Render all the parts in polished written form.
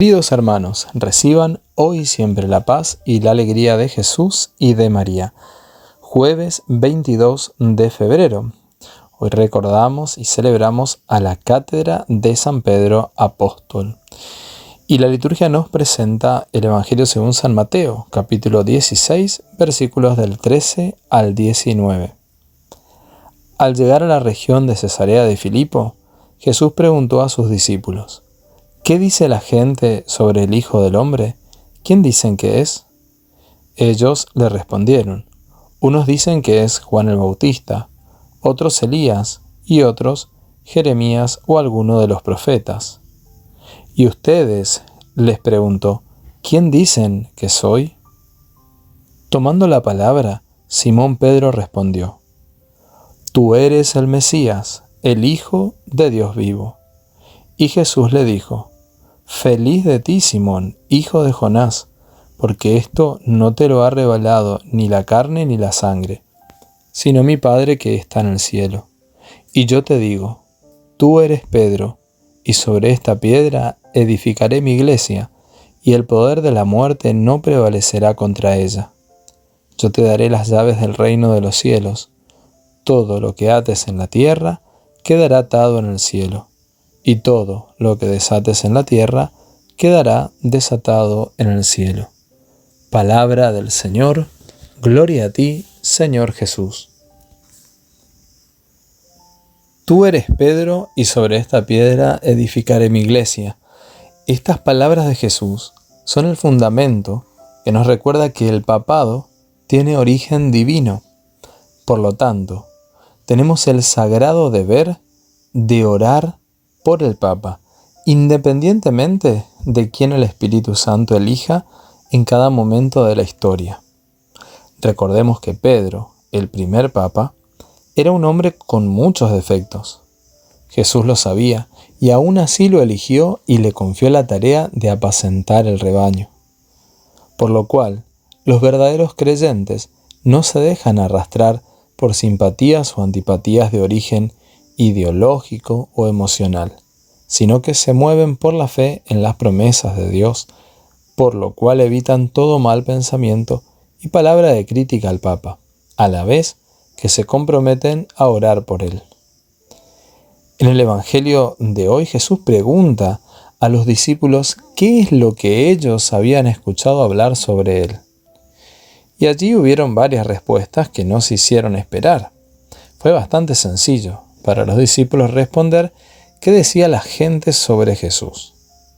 Queridos hermanos, reciban hoy y siempre la paz y la alegría de Jesús y de María. Jueves 22 de febrero. Hoy recordamos y celebramos a la cátedra de San Pedro Apóstol. Y la liturgia nos presenta el Evangelio según San Mateo, capítulo 16, versículos del 13 al 19. Al llegar a la región de Cesarea de Filipo, Jesús preguntó a sus discípulos: ¿qué dice la gente sobre el Hijo del Hombre? ¿Quién dicen que es? Ellos le respondieron: unos dicen que es Juan el Bautista, otros Elías y otros Jeremías o alguno de los profetas. ¿Y ustedes?, les preguntó, ¿quién dicen que soy? Tomando la palabra, Simón Pedro respondió: Tú eres el Mesías, el Hijo de Dios vivo. Y Jesús le dijo: Feliz de ti, Simón, hijo de Jonás, porque esto no te lo ha revelado ni la carne ni la sangre, sino mi Padre que está en el cielo. Y yo te digo, tú eres Pedro, y sobre esta piedra edificaré mi iglesia, y el poder de la muerte no prevalecerá contra ella. Yo te daré las llaves del reino de los cielos. Todo lo que ates en la tierra quedará atado en el cielo, y todo lo que desates en la tierra quedará desatado en el cielo. Palabra del Señor. Gloria a ti, Señor Jesús. Tú eres Pedro, y sobre esta piedra edificaré mi iglesia. Estas palabras de Jesús son el fundamento que nos recuerda que el papado tiene origen divino. Por lo tanto, tenemos el sagrado deber de orar por el Papa, independientemente de quién el Espíritu Santo elija en cada momento de la historia. Recordemos que Pedro, el primer Papa, era un hombre con muchos defectos. Jesús lo sabía y aún así lo eligió y le confió la tarea de apacentar el rebaño. Por lo cual, los verdaderos creyentes no se dejan arrastrar por simpatías o antipatías de origen ideológico o emocional, sino que se mueven por la fe en las promesas de Dios, por lo cual evitan todo mal pensamiento y palabra de crítica al Papa, a la vez que se comprometen a orar por él. En el Evangelio de hoy, Jesús pregunta a los discípulos qué es lo que ellos habían escuchado hablar sobre él. Y allí hubieron varias respuestas que no se hicieron esperar. Fue bastante sencillo para los discípulos responder qué decía la gente sobre Jesús.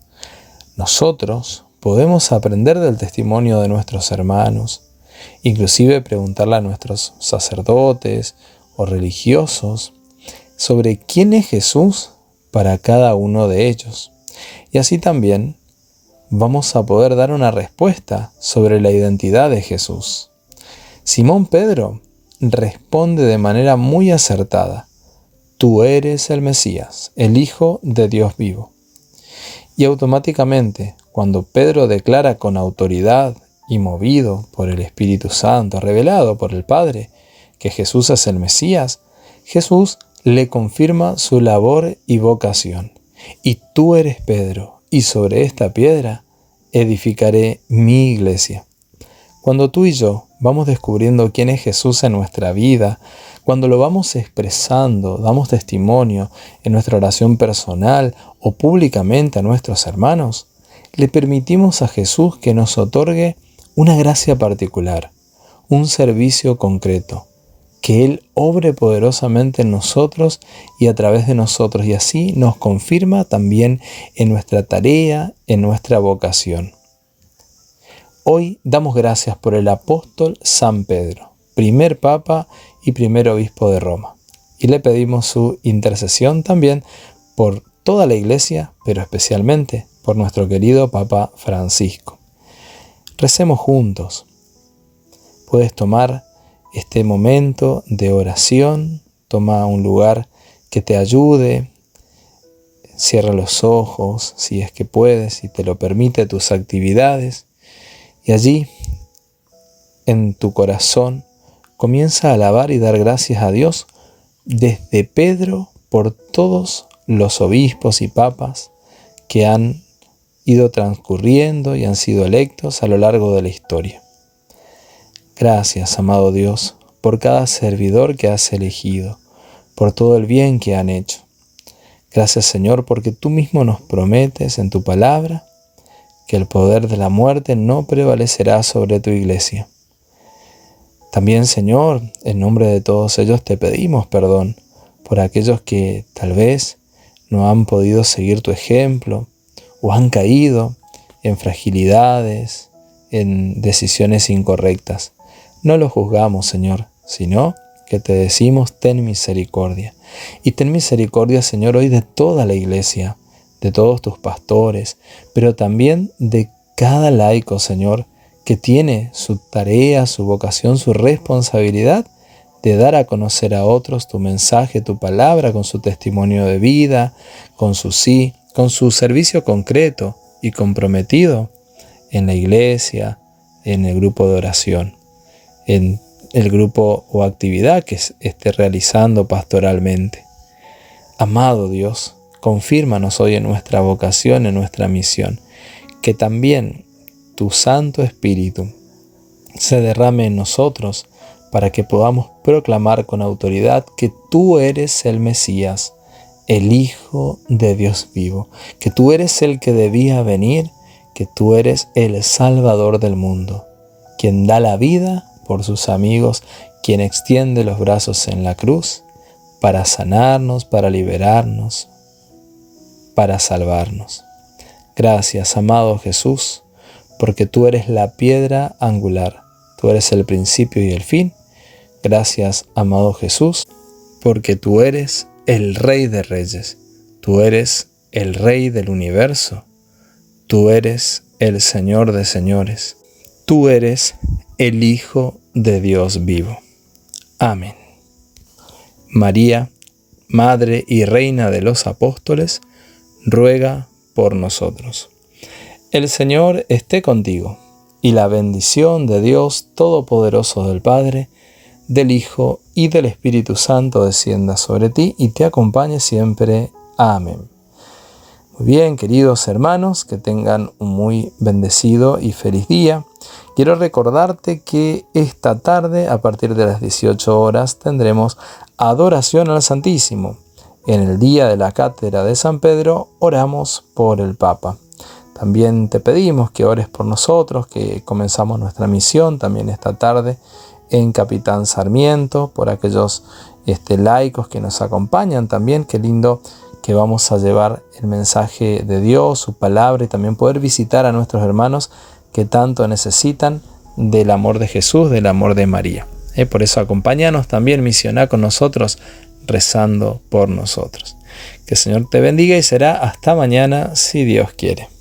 Nosotros podemos aprender del testimonio de nuestros hermanos, inclusive preguntarle a nuestros sacerdotes o religiosos sobre quién es Jesús para cada uno de ellos. Y así también vamos a poder dar una respuesta sobre la identidad de Jesús. Simón Pedro responde de manera muy acertada: Tú eres el Mesías, el Hijo de Dios vivo. Y automáticamente, cuando Pedro declara con autoridad y movido por el Espíritu Santo, revelado por el Padre, que Jesús es el Mesías, Jesús le confirma su labor y vocación. Y tú eres Pedro, y sobre esta piedra edificaré mi iglesia. Cuando tú y yo vamos descubriendo quién es Jesús en nuestra vida, cuando lo vamos expresando, damos testimonio en nuestra oración personal o públicamente a nuestros hermanos, le permitimos a Jesús que nos otorgue una gracia particular, un servicio concreto, que Él obre poderosamente en nosotros y a través de nosotros, y así nos confirma también en nuestra tarea, en nuestra vocación. Hoy damos gracias por el apóstol San Pedro, primer Papa y primer obispo de Roma, y le pedimos su intercesión también por toda la Iglesia, pero especialmente por nuestro querido Papa Francisco. Recemos juntos. Puedes tomar este momento de oración, toma un lugar que te ayude, cierra los ojos si es que puedes, si te lo permite tus actividades, y allí, en tu corazón, comienza a alabar y dar gracias a Dios desde Pedro por todos los obispos y papas que han ido transcurriendo y han sido electos a lo largo de la historia. Gracias, amado Dios, por cada servidor que has elegido, por todo el bien que han hecho. Gracias, Señor, porque tú mismo nos prometes en tu palabra que el poder de la muerte no prevalecerá sobre tu iglesia. También, Señor, en nombre de todos ellos te pedimos perdón por aquellos que tal vez no han podido seguir tu ejemplo o han caído en fragilidades, en decisiones incorrectas. No los juzgamos, Señor, sino que te decimos, ten misericordia. Y ten misericordia, Señor, hoy de toda la iglesia, de todos tus pastores, pero también de cada laico, Señor, que tiene su tarea, su vocación, su responsabilidad de dar a conocer a otros tu mensaje, tu palabra, con su testimonio de vida, con su sí, con su servicio concreto y comprometido en la iglesia, en el grupo de oración, en el grupo o actividad que esté realizando pastoralmente. Amado Dios, confírmanos hoy en nuestra vocación, en nuestra misión, que también tu Santo Espíritu se derrame en nosotros para que podamos proclamar con autoridad que tú eres el Mesías, el Hijo de Dios vivo, que tú eres el que debía venir, que tú eres el Salvador del mundo, quien da la vida por sus amigos, quien extiende los brazos en la cruz para sanarnos, para liberarnos, para salvarnos. Gracias, amado Jesús, porque tú eres la piedra angular, tú eres el principio y el fin. Gracias, amado Jesús, porque tú eres el Rey de Reyes, tú eres el Rey del universo, tú eres el Señor de señores, tú eres el Hijo de Dios vivo. Amén. María, Madre y Reina de los Apóstoles, ruega por nosotros. El Señor esté contigo, y la bendición de Dios Todopoderoso del Padre, del Hijo y del Espíritu Santo descienda sobre ti y te acompañe siempre. Amén. Muy bien, queridos hermanos, que tengan un muy bendecido y feliz día. Quiero recordarte que esta tarde, a partir de las 18 horas, tendremos adoración al Santísimo. En el día de la Cátedra de San Pedro, oramos por el Papa. También te pedimos que ores por nosotros, que comenzamos nuestra misión también esta tarde en Capitán Sarmiento, por aquellos laicos que nos acompañan también. Qué lindo que vamos a llevar el mensaje de Dios, su palabra, y también poder visitar a nuestros hermanos que tanto necesitan del amor de Jesús, del amor de María. Por eso acompáñanos también, misioná con nosotros, rezando por nosotros. Que el Señor te bendiga y será hasta mañana, si Dios quiere.